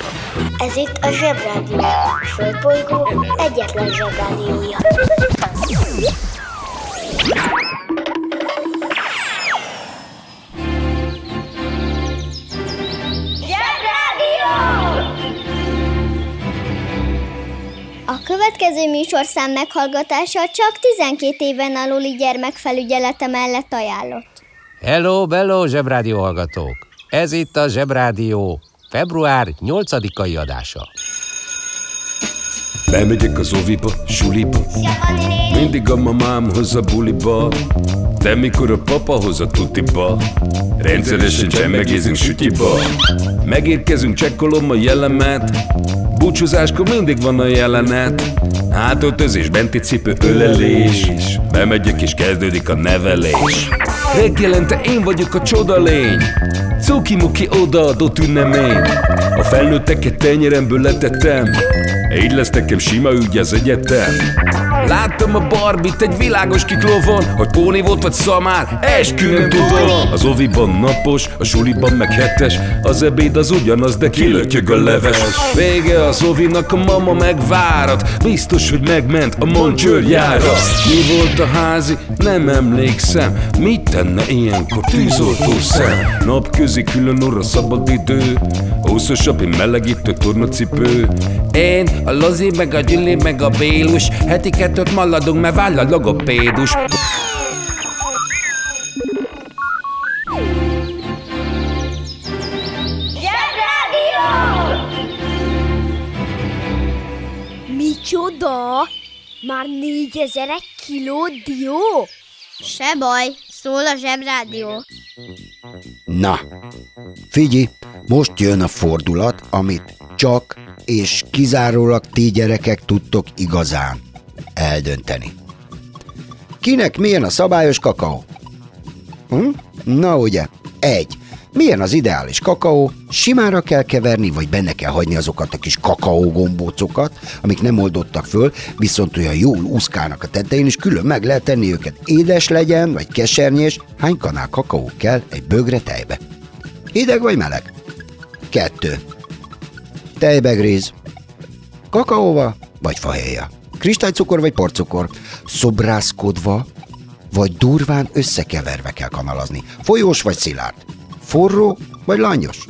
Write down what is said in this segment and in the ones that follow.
Ez itt a Zsebrádió, a Földbolygó egyetlen Zsebrádiója. A következő műsorszám meghallgatása csak 12 éven aluli gyermekfelügyelete mellett ajánlott. Hello, Zsebrádió hallgatók! Ez itt a Zsebrádió február 8-ai adása. Bemegyek az oviba, suliba, mindig a mamám hoz a buliba, de mikor a papa hoz a tutiba, rendszeresen csemmegézünk sütyiba. Megérkezünk, csekkolom a jellemet, búcsúzáskor mindig van a jelenet. Hátöltözés, benti cipő, ölelés, bemegyek és kezdődik a nevelés. Reggelente én vagyok a csoda lény, cuki-muki odaadott ünnemény. A felnőtteket tenyeremből letettem, így lesz nekem sima ügy az egyetem. Láttam a Barbit egy világos kiklovon, hogy póni volt vagy szamár, eskü nem tudom. Az oviban napos, a suliban meg hetes, az ebéd az ugyanaz, de kilötyög a leves. Vége az ovinak, a mama megvárat, biztos, hogy megment a Moncsőrjára. Mi volt a házi? Nem emlékszem. Mit tenne ilyenkor tűzoltó szem? Napközi külön orra szabad idő, húszosabb, melegítő tornacipő. Én, a Lozi, meg a Gyüli, meg a Bélus, heti kettőt maladunk, mert váll a logopédus. Zsebrádió! Micsoda? Már 4000 kiló dió? Se baj, szól a Zsebrádió. Na, figyelj, most jön a fordulat, amit csak és kizárólag ti gyerekek tudtok igazán eldönteni. Kinek milyen a szabályos kakaó? Na ugye, 1. Milyen az ideális kakaó? Simára kell keverni, vagy benne kell hagyni azokat a kis kakaógombócokat, amik nem oldottak föl, viszont olyan jól úszkálnak a tetején, és külön meg lehet tenni őket. Édes legyen, vagy kesernyés, hány kanál kakaó kell egy bögre tejbe? Hideg vagy meleg? 2. Tejbegríz. Kakaóval, vagy fahéja? Kristálycukor vagy porcukor? Szobrászkodva, vagy durván összekeverve kell kanalazni? Folyós vagy szilárd? Forró vagy langyos?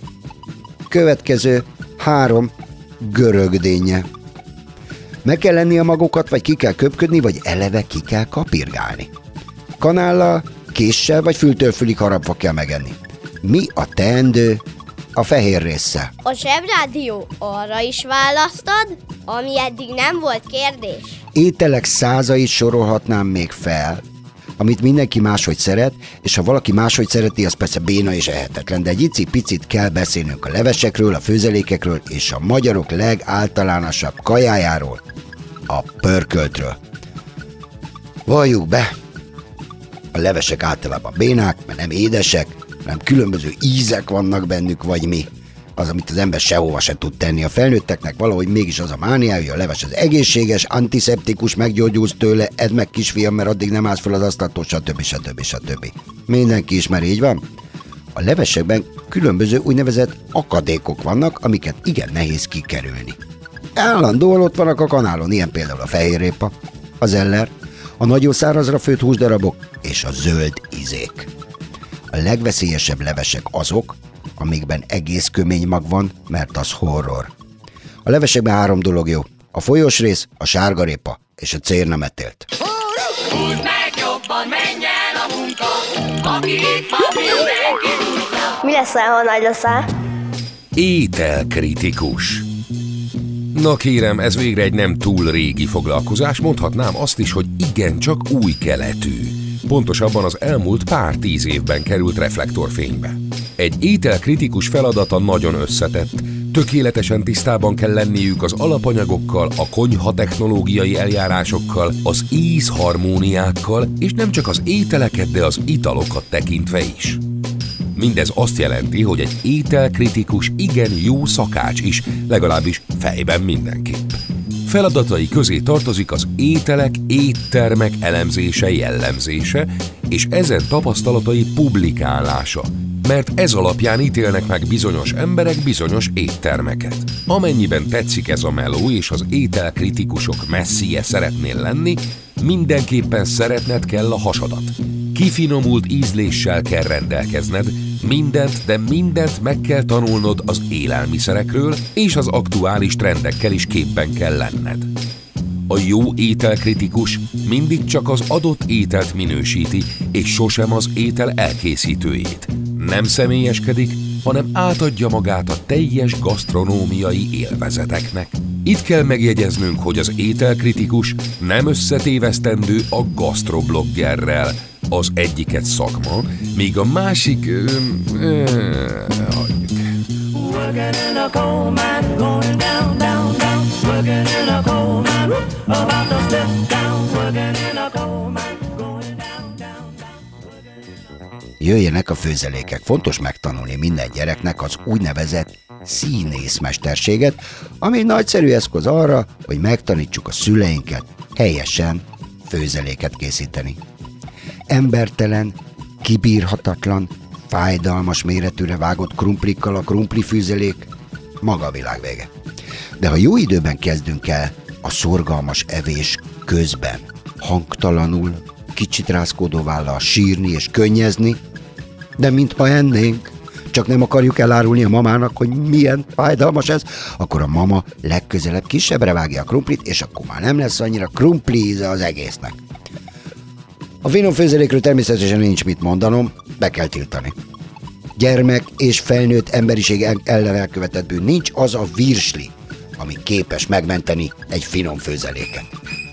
Következő 3. Görögdénje. Meg kell lenni a magokat, vagy ki kell köpködni, vagy eleve ki kell kapirgálni? Kanállal, késsel, vagy fültől fülig harapva kell megenni? Mi a teendő a fehér résszel? A Zsebrádió arra is választad, ami eddig nem volt kérdés. Ételek százait sorolhatnám még fel, amit mindenki máshogy szeret, és ha valaki máshogy szereti, az persze béna és ehetetlen, de egy icipicit kell beszélnünk a levesekről, a főzelékekről és a magyarok legáltalánosabb kajájáról, a pörköltről. Valljuk be, a levesek általában bénák, mert nem édesek, hanem különböző ízek vannak bennük, vagy mi. Az, amit az ember sehova se tud tenni. A felnőtteknek valahogy mégis az a mániája, hogy a leves az egészséges, antiszeptikus, meggyógyulsz tőle, edd meg kisfiam, mert addig nem állsz fel az asztaltól, stb. Mindenki ismer, így van? A levesekben különböző úgynevezett akadékok vannak, amiket igen nehéz kikerülni. Állandóan ott vannak a kanálon, ilyen például a fehérrépa, az eller, a nagyon szárazra főtt húsdarabok és a zöld izék. A legveszélyesebb levesek azok, amikben egész kömény mag van, mert az horror. A levesekben 3 dolog jó. A folyós rész, a sárgarépa és a cérnametélt. Húzd meg jobban, menjen a munka, aki itt van, mindenki húzza. Mi leszel, ha nagy leszel? Ételkritikus. Na kérem, ez végre egy nem túl régi foglalkozás, mondhatnám azt is, hogy igencsak új keletű. Pontosabban az elmúlt pár 10 évben került reflektorfénybe. Egy ételkritikus feladata nagyon összetett, tökéletesen tisztában kell lenniük az alapanyagokkal, a konyha technológiai eljárásokkal, az ízharmóniákkal, és nem csak az ételeket, de az italokat tekintve is. Mindez azt jelenti, hogy egy ételkritikus igen jó szakács is, legalábbis fejben mindenképp. Feladatai közé tartozik az ételek, éttermek elemzése, jellemzése, és ezen tapasztalatai publikálása. mert ez alapján ítélnek meg bizonyos emberek bizonyos éttermeket. Amennyiben tetszik ez a meló, és az ételkritikusok messzije szeretnél lenni, mindenképpen szeretned kell a hasadat. Kifinomult ízléssel kell rendelkezned, mindent, de mindent meg kell tanulnod az élelmiszerekről, és az aktuális trendekkel is képben kell lenned. A jó ételkritikus mindig csak az adott ételt minősíti, és sosem az étel elkészítőjét. Nem személyeskedik, hanem átadja magát a teljes gasztronómiai élvezeteknek. Itt kell megjegyeznünk, hogy az ételkritikus nem összetévesztendő a gasztrobloggerrel. Az egyiket szakma, míg a másik... hagyjuk. Working in a coal mine, going down, down, down. Working in a coal mine, about to step down. Working in a coal mine, going down, down, down. Jöjjenek a főzelékek. Fontos megtanulni minden gyereknek az úgynevezett színészmesterséget, ami nagyszerű eszköz arra, hogy megtanítsuk a szüleinket helyesen főzeléket készíteni. Embertelen, kibírhatatlan, fájdalmas méretűre vágott krumplikkal a krumplifűzelék maga a világ vége. De ha jó időben kezdünk el a szorgalmas evés közben, hangtalanul, kicsit rázkódó vállal sírni és könnyezni, de mintha ennénk, csak nem akarjuk elárulni a mamának, hogy milyen fájdalmas ez, akkor a mama legközelebb kisebbre vágja a krumplit, és akkor már nem lesz annyira krumpli íze az egésznek. A finom főzelékről természetesen nincs mit mondanom, be kell tiltani. Gyermek és felnőtt emberiség ellen elkövetett bűn nincs az a virsli, ami képes megmenteni egy finom főzeléket.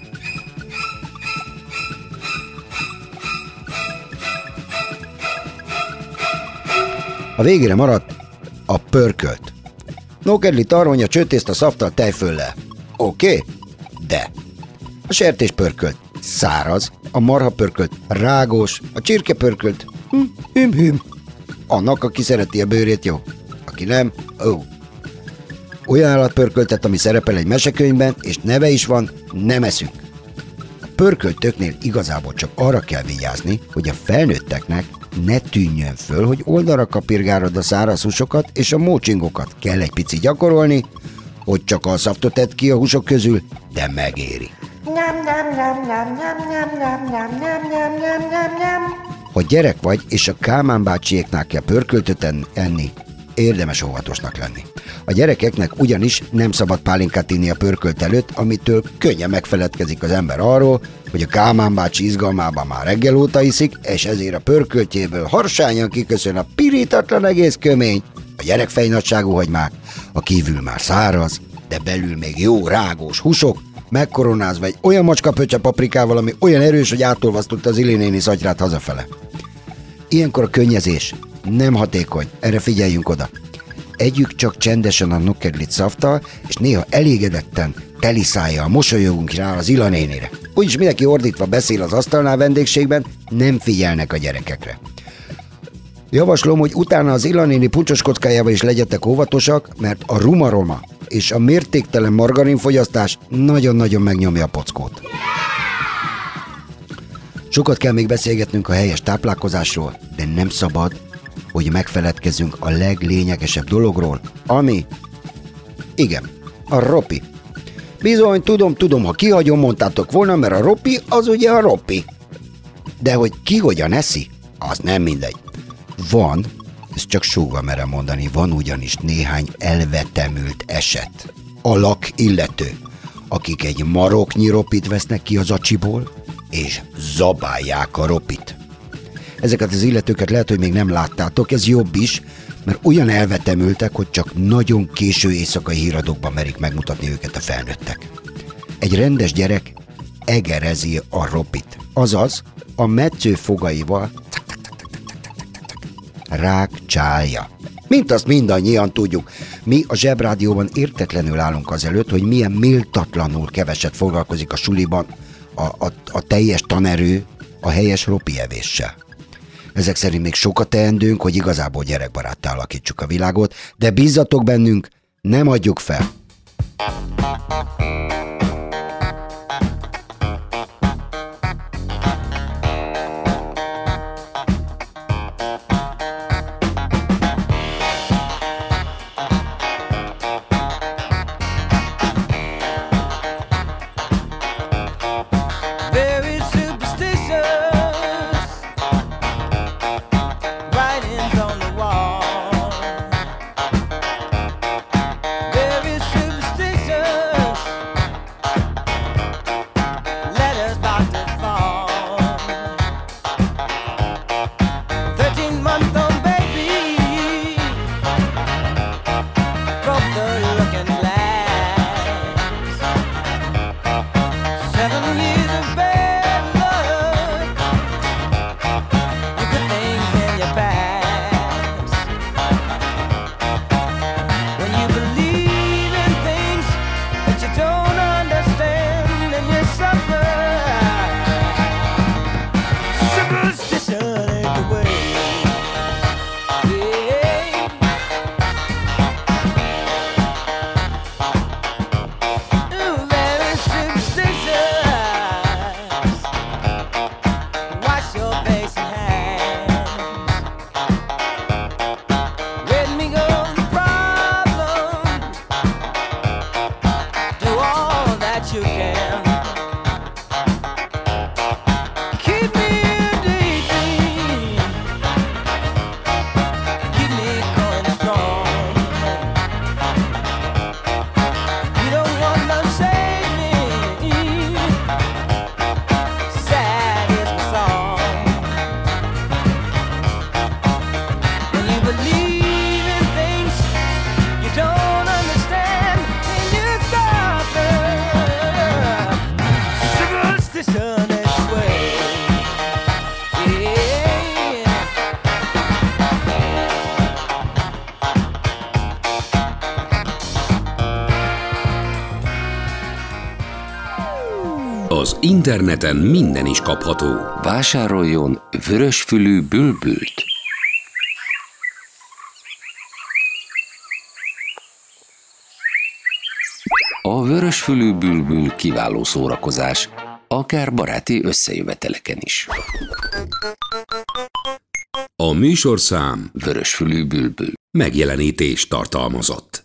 A végére maradt a pörkölt. Nókedli, tarhonya, csőtészta, szaftal, tejföllel. Oké? De a sertés pörkölt száraz, a marha pörkölt rágós, a csirke pörkölt hüm. Annak, aki szereti a bőrét, jó. Aki nem, ó. Olyan állatpörköltet, ami szerepel egy mesekönyvben, és neve is van, nem eszünk. A pörköltöknél igazából csak arra kell vigyázni, hogy a felnőtteknek ne tűnjön föl, hogy oldalra kapirgálod a száraz húsokat és a mócsingokat. Kell egy pici gyakorolni, hogy csak a szaftot edd ki a húsok közül, de megéri. Ha gyerek vagy, és a Kálmán bácsiéknál kell pörköltöt enni, érdemes óvatosnak lenni. A gyerekeknek ugyanis nem szabad pálinkát inni a pörkölt előtt, amitől könnyen megfeledkezik az ember arról, hogy a Kálmán bácsi izgalmában már reggel óta iszik, és ezért a pörköltjéből harsányan kiköszön a pirítatlan egész kömény, a gyerek fejnagyságú hagymák, a kívül már száraz, de belül még jó rágós húsok, megkoronázva egy olyan macskapöccse paprikával, ami olyan erős, hogy átolvasztotta az Ili néni szatyrát hazafele. Ilyenkor a könnyezés nem hatékony, erre figyeljünk oda. Együk csak csendesen a nokkedlit szaftal, és néha elégedetten, teli szájjal mosolyogunk rá az Ila nénire. Úgyis mindenki ordítva beszél az asztalnál vendégségben, nem figyelnek a gyerekekre. Javaslom, hogy utána az Ila néni puncsos kockájával is legyetek óvatosak, mert a rumaroma és a mértéktelen margarinfogyasztás nagyon-nagyon megnyomja a pockót. Sokat kell még beszélgetnünk a helyes táplálkozásról, de nem szabad, hogy megfeledkezzünk a leglényegesebb dologról, ami... Igen, a ropi. Bizony, tudom, ha kihagyom, mondtátok volna, mert a ropi az ugye a ropi. De hogy ki hogyan eszi, az nem mindegy. Van, ezt csak súgva merem mondani, van ugyanis néhány elvetemült eset. Alak illető, akik egy maroknyi ropit vesznek ki az acsiból, és zabálják a ropit. Ezeket az illetőket lehet, hogy még nem láttátok, ez jobb is, mert olyan elvetemültek, hogy csak nagyon késő éjszakai híradókban merik megmutatni őket a felnőttek. Egy rendes gyerek egerezi a ropit, azaz a metsző fogaival rákcsálja. Mint azt mindannyian tudjuk, mi a Zsebrádióban értetlenül állunk azelőtt, hogy milyen méltatlanul keveset foglalkozik a suliban a teljes tanerő a helyes ropi evéssel. Ezek szerint még sokat teendőnk, hogy igazából gyerekbaráttá alakítsuk a világot, de bízzatok bennünk, nem adjuk fel! Az interneten minden is kapható. Vásároljon vörösfülű bülbült. A vörösfülű bülbül kiváló szórakozás, akár baráti összejöveteleken is. A műsorszám Vörösfülű bülbül megjelenítést tartalmazott.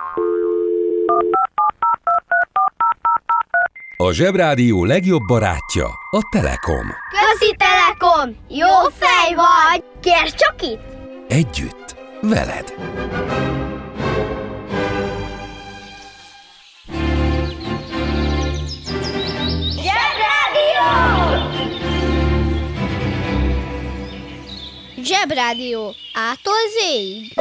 A Zsebrádió legjobb barátja a Telekom. Közi Telekom! Jó fej vagy! Kérd csak itt! Együtt, veled. Zsebrádió A-tól Z-ig.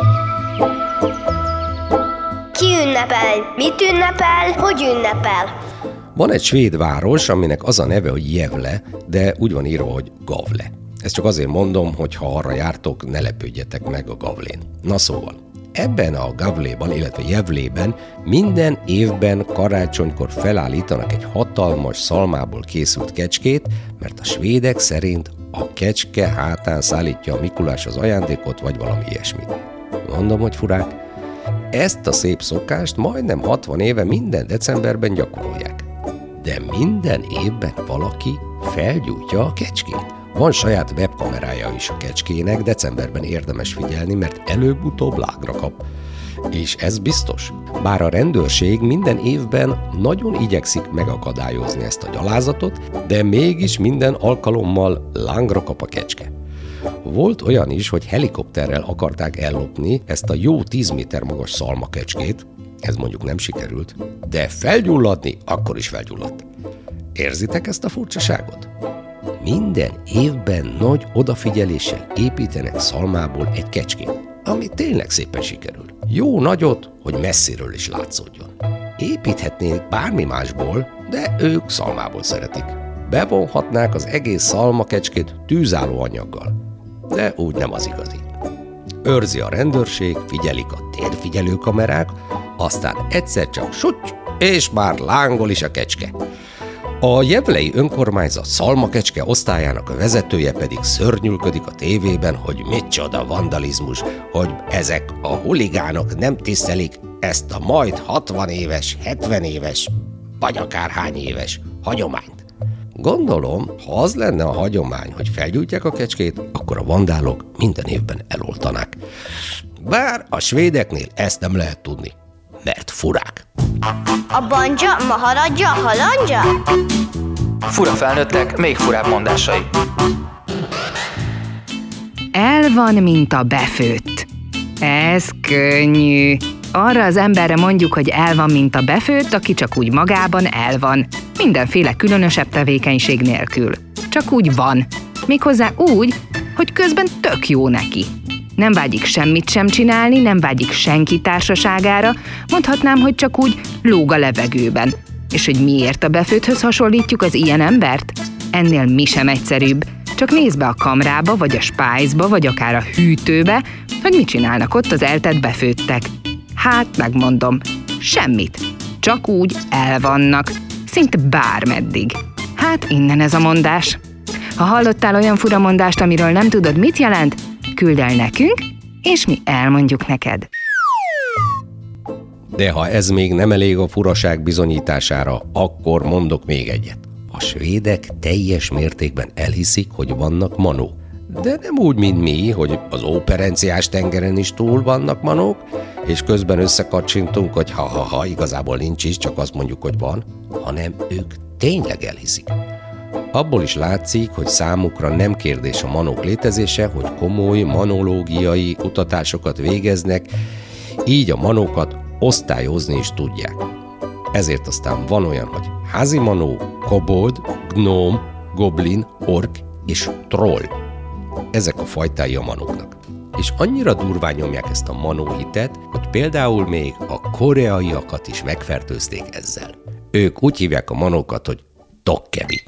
Ki ünnepel? Mit ünnepel? Hogy ünnepel? Van egy svéd város, aminek az a neve, hogy Gävle, de úgy van írva, hogy Gavle. Ezt csak azért mondom, hogy ha arra jártok, ne lepődjetek meg a Gavlén. Na szóval, ebben a Gavléban, illetve Gävlében minden évben karácsonykor felállítanak egy hatalmas szalmából készült kecskét, mert a svédek szerint a kecske hátán szállítja a Mikulás az ajándékot, vagy valami ilyesmit. Mondom, hogy furák. Ezt a szép szokást majdnem 60 éve minden decemberben gyakorolják. De minden évben valaki felgyújtja a kecskét. Van saját webkamerája is a kecskének, decemberben érdemes figyelni, mert előbb-utóbb lágra kap. És ez biztos. Bár a rendőrség minden évben nagyon igyekszik megakadályozni ezt a gyalázatot, de mégis minden alkalommal lángra kap a kecske. Volt olyan is, hogy helikopterrel akarták ellopni ezt a jó 10 méter magas szalmakecskét, ez mondjuk nem sikerült, de felgyulladni akkor is felgyulladt. Érzitek ezt a furcsaságot? Minden évben nagy odafigyeléssel építenek szalmából egy kecskét, ami tényleg szépen sikerül. Jó nagyot, hogy messziről is látszódjon. Építhetnék bármi másból, de ők szalmából szeretik. Bevonhatnák az egész szalmakecskét tűzálló anyaggal, de úgy nem az igazi. Őrzi a rendőrség, figyelik a térfigyelő kamerák, aztán egyszer csak suty, és már lángol is a kecske. A gävlei önkormányzat szalmakecske osztályának a vezetője pedig szörnyűködik a tévében, hogy micsoda vandalizmus, hogy ezek a huligánok nem tisztelik ezt a majd 60 éves, 70 éves, vagy akárhány éves hagyományt. Gondolom, ha az lenne a hagyomány, hogy felgyújtják a kecskét, akkor a vandálok minden évben eloltanák. Bár a svédeknél ezt nem lehet tudni, mert furák. A banja, maharadja, halandja? Fura felnőttek, még furább mondásai. El van, mint a befőtt. Ez könnyű. Arra az emberre mondjuk, hogy el van, mint a befőtt, aki csak úgy magában el van. Mindenféle különösebb tevékenység nélkül. Csak úgy van. Méghozzá úgy, hogy közben tök jó neki. Nem vágyik semmit sem csinálni, nem vágyik senki társaságára, mondhatnám, hogy csak úgy lóg a levegőben. És hogy miért a befőtthöz hasonlítjuk az ilyen embert? Ennél mi sem egyszerűbb. Csak nézd be a kamrába, vagy a spájzba, vagy akár a hűtőbe, hogy mit csinálnak ott az eltett befőttek. Hát, megmondom, semmit. Csak úgy el vannak. Szinte bármeddig. Hát innen ez a mondás. Ha hallottál olyan fura mondást, amiről nem tudod, mit jelent, küld el nekünk, és mi elmondjuk neked. De ha ez még nem elég a furaság bizonyítására, akkor mondok még egyet. A svédek teljes mértékben elhiszik, hogy vannak manók. De nem úgy, mint mi, hogy az Óperenciás tengeren is túl vannak manók, és közben összekacsintunk, hogy ha igazából nincs is, csak azt mondjuk, hogy van, hanem ők tényleg elhiszik. Abból is látszik, hogy számukra nem kérdés a manók létezése, hogy komoly manológiai kutatásokat végeznek, így a manókat osztályozni is tudják. Ezért aztán van olyan, hogy házi manó, kobold, gnóm, goblin, ork és troll. Ezek a fajtái a manóknak. És annyira durván nyomják ezt a manóhitet, hogy például még a koreaiakat is megfertőzték ezzel. Ők úgy hívják a manókat, hogy tokkebi.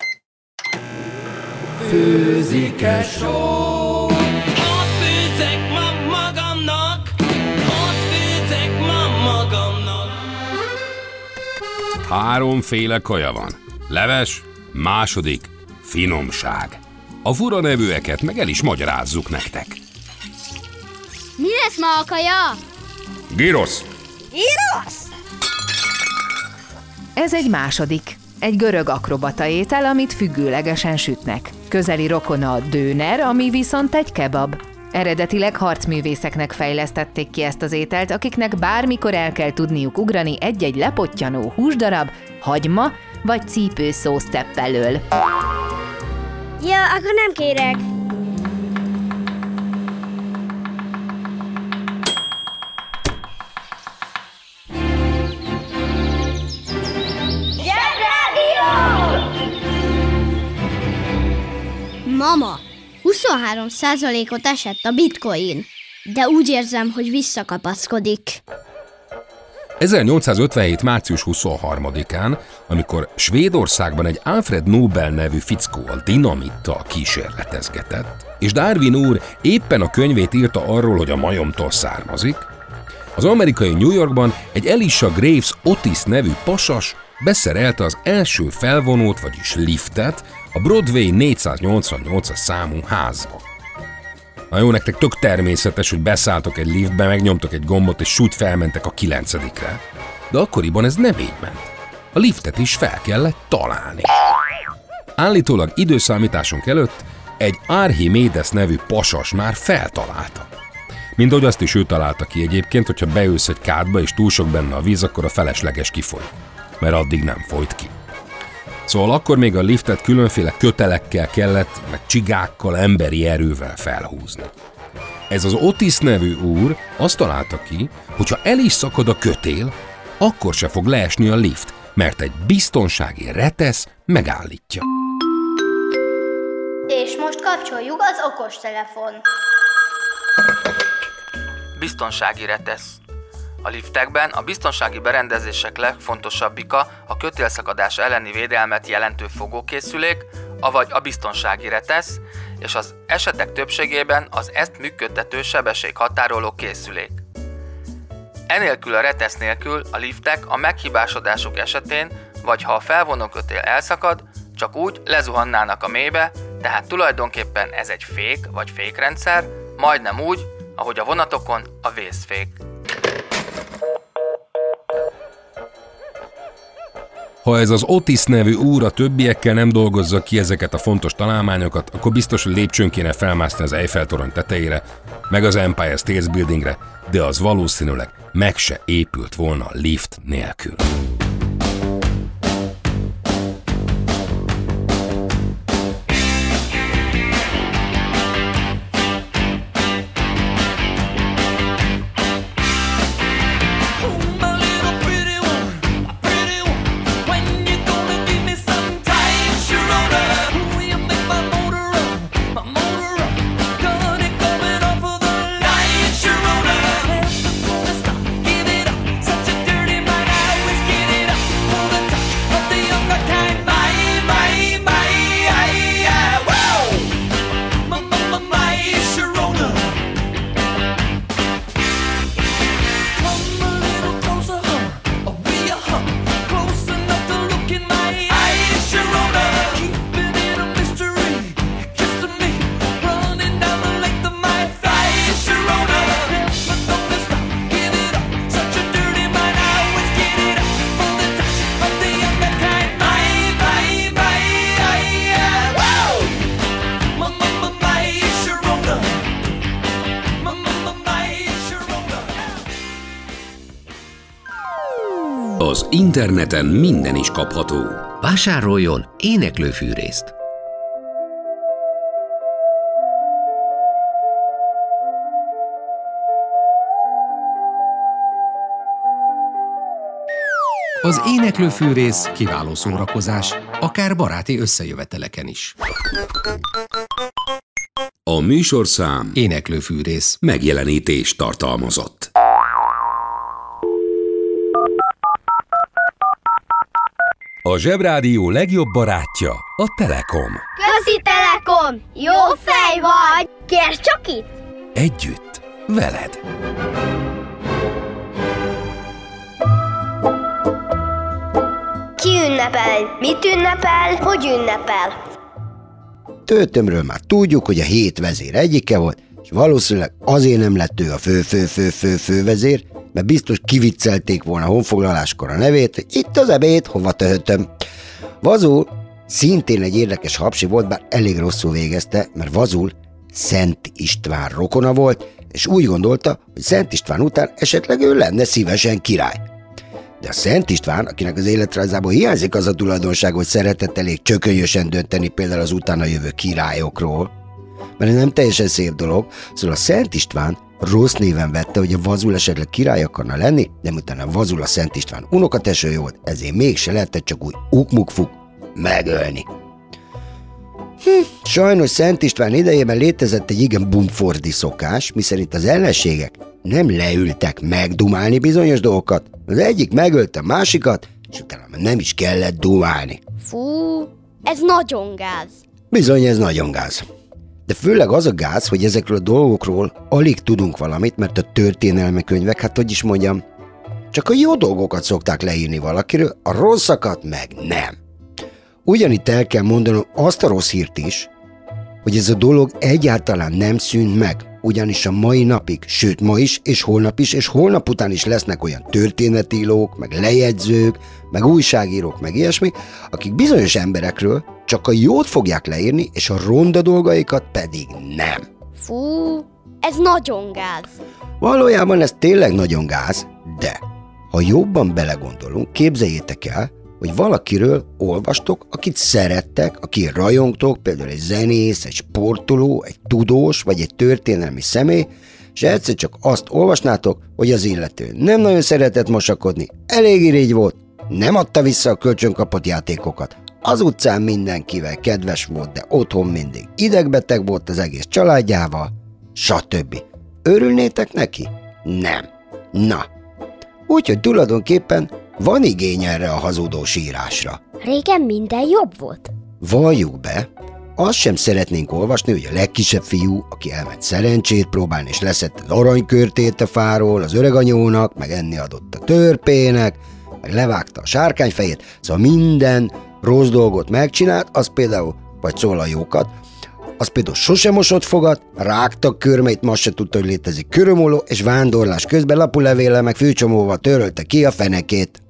Főzik-e só? Ott főzek ma magamnak, ott főzek ma magamnak. 3 féle kaja van. Leves, második, finomság. A fura nevűeket meg el is magyarázzuk nektek. Mi lesz ma a kaja? Gyrosz! Gyrosz! Ez egy második. Egy görög akrobata étel, amit függőlegesen sütnek. Közeli rokona a döner, ami viszont egy kebab. Eredetileg harcművészeknek fejlesztették ki ezt az ételt, akiknek bármikor el kell tudniuk ugrani egy-egy lepottyanó húsdarab, hagyma vagy cipőszósz tepp elől. Ja, akkor nem kérek. Mama, 23%-ot esett a bitcoin, de úgy érzem, hogy visszakapaszkodik. 1857. március 23-án, amikor Svédországban egy Alfred Nobel nevű fickó a dinamittal kísérletezgetett, és Darwin úr éppen a könyvét írta arról, hogy a majomtól származik, az amerikai New Yorkban egy Elisha Graves Otis nevű pasas beszerelte az első felvonót, vagyis liftet a Broadway 488-as számú házba. Na jó, nektek tök természetes, hogy beszálltok egy liftbe, megnyomtok egy gombot, és súlyt felmentek a 9-re. De akkoriban ez nem így ment. A liftet is fel kellett találni. Állítólag időszámításunk előtt egy Archimedes nevű pasas már feltalálta. Mint ahogy azt is ő találta ki egyébként, hogyha beülsz egy kádba és túl sok benne a víz, akkor a felesleges kifoly. Mert addig nem folyt ki. Szóval akkor még a liftet különféle kötelekkel kellett, meg csigákkal, emberi erővel felhúzni. Ez az Otis nevű úr azt találta ki, hogyha el is szakad a kötél, akkor se fog leesni a lift, mert egy biztonsági retesz megállítja. És most kapcsoljuk az okostelefon. Biztonsági retesz. A liftekben a biztonsági berendezések legfontosabbika a kötélszakadás elleni védelmet jelentő fogókészülék, avagy a biztonsági retesz, és az esetek többségében az ezt működtető sebességhatároló készülék. Enélkül a retesz nélkül a liftek a meghibásodásuk esetén, vagy ha a felvonókötél elszakad, csak úgy lezuhannának a mélybe, tehát tulajdonképpen ez egy fék vagy fékrendszer, majdnem úgy, ahogy a vonatokon a vészfék. Ha ez az Otis nevű úr a többiekkel nem dolgozza ki ezeket a fontos találmányokat, akkor biztos, hogy lépcsőn kéne felmászni az Eiffel-torony tetejére, meg az Empire State Buildingre, de az valószínűleg meg se épült volna lift nélkül. Az interneten minden is kapható. Vásároljon éneklőfűrészt! Az éneklőfűrész kiváló szórakozás, akár baráti összejöveteleken is. A műsorszám éneklőfűrész megjelenítést tartalmazott. A Zsebrádió legjobb barátja a Telekom. Közi Telekom! Jó fej vagy! Kérd csak itt! Együtt, veled. Ki ünnepel? Mit ünnepel? Hogy ünnepel? Töltömről már tudjuk, hogy a 7 vezér egyike volt, és valószínűleg azért nem lett ő a fővezér, mert biztos kiviccelték volna honfoglaláskor a nevét, hogy itt az ebéd, hova töhötöm. Vazul szintén egy érdekes hapsi volt, bár elég rosszul végezte, mert Vazul Szent István rokona volt, és úgy gondolta, hogy Szent István után esetleg ő lenne szívesen király. De a Szent István, akinek az életrajzából hiányzik az a tulajdonság, hogy szeretett elég csökönyösen dönteni például az utána jövő királyokról, mert ez nem teljesen szép dolog, szóval a Szent István rossz néven vette, hogy a Vazul esetleg király akarna lenni, de utána Vazul a Szent István unokatesője volt, ezért mégse lehetett csak úgy ukmukfuk megölni. Sajnos Szent István idejében létezett egy igen bumfordi szokás, miszerint az ellenségek nem leültek megdumálni bizonyos dolgokat, az egyik megölte a másikat, és utána nem is kellett dumálni. Fú, ez nagyon gáz. Bizony, ez nagyon gáz. De főleg az a gáz, hogy ezekről a dolgokról alig tudunk valamit, mert a történelmi könyvek, hát hogy is mondjam, csak a jó dolgokat szokták leírni valakiről, a rosszakat meg nem. Ugyanitt el kell mondanom azt a rossz hírt is, hogy ez a dolog egyáltalán nem szűnt meg, ugyanis a mai napig, sőt ma is, és holnap után is lesznek olyan történetírók, meg lejegyzők, meg újságírók, meg ilyesmi, akik bizonyos emberekről csak a jót fogják leírni, és a ronda dolgaikat pedig nem. Fú, ez nagyon gáz. Valójában ez tényleg nagyon gáz, de ha jobban belegondolunk, képzeljétek el, hogy valakiről olvastok, akit szerettek, akit rajongtok, például egy zenész, egy sportoló, egy tudós, vagy egy történelmi személy, és egyszer csak azt olvasnátok, hogy az illető nem nagyon szeretett mosakodni, elég irigy volt, nem adta vissza a kölcsönkapott játékokat, az utcán mindenkivel kedves volt, de otthon mindig idegbeteg volt az egész családjával, stb. Örülnétek neki? Nem. Na, úgyhogy tulajdonképpen van igény erre a hazudós írásra. Régen minden jobb volt. Valljuk be, azt sem szeretnénk olvasni, hogy a legkisebb fiú, aki elment szerencsét próbálni, és leszett az aranykörtét a fáról az öreganyónak, meg enni adott a törpének, meg levágta a sárkányfejét, szóval minden rossz dolgot megcsinált, az például, vagy szól a jókat, az például sosem mosott fogat, rágta körmeit, ma se tudta, hogy létezik körömoló, és vándorlás közben lapulevéllel meg fűcsomóval törölte ki a fenekét.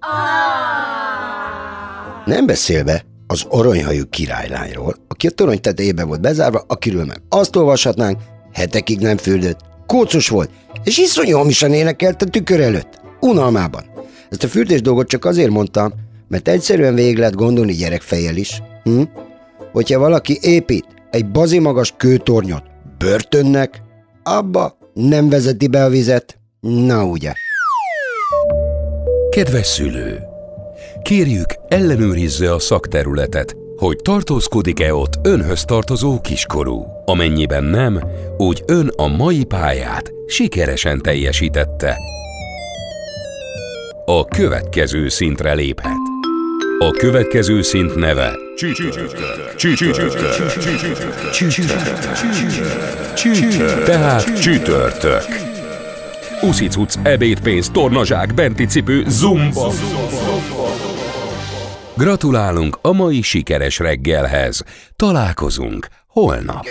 Nem beszélve az aranyhajú királylányról, aki a torony tetejébe volt bezárva, akiről meg azt olvashatnánk, hetekig nem fürdött, kócos volt, és iszonyú hamisan énekelt a tükör előtt, unalmában. Ezt a fürdés dolgot csak azért mondtam, mert egyszerűen végig lehet gondolni gyerekfejjel is. Hogyha valaki épít egy bazimagas kőtornyot börtönnek, abba nem vezeti be a vizet. Na ugye. Kedves szülő! Kérjük, ellenőrizze a szakterületet, hogy tartózkodik-e ott önhöz tartozó kiskorú. Amennyiben nem, úgy ön a mai pályát sikeresen teljesítette. A következő szintre léphet. A következő szint neve tehát csütörtök. Uszicuc, ebédpénz, tornazsák, benti cipő, zumba. Gratulálunk a mai sikeres reggelhez. Találkozunk holnap.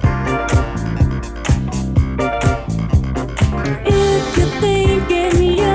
If you're thinking you're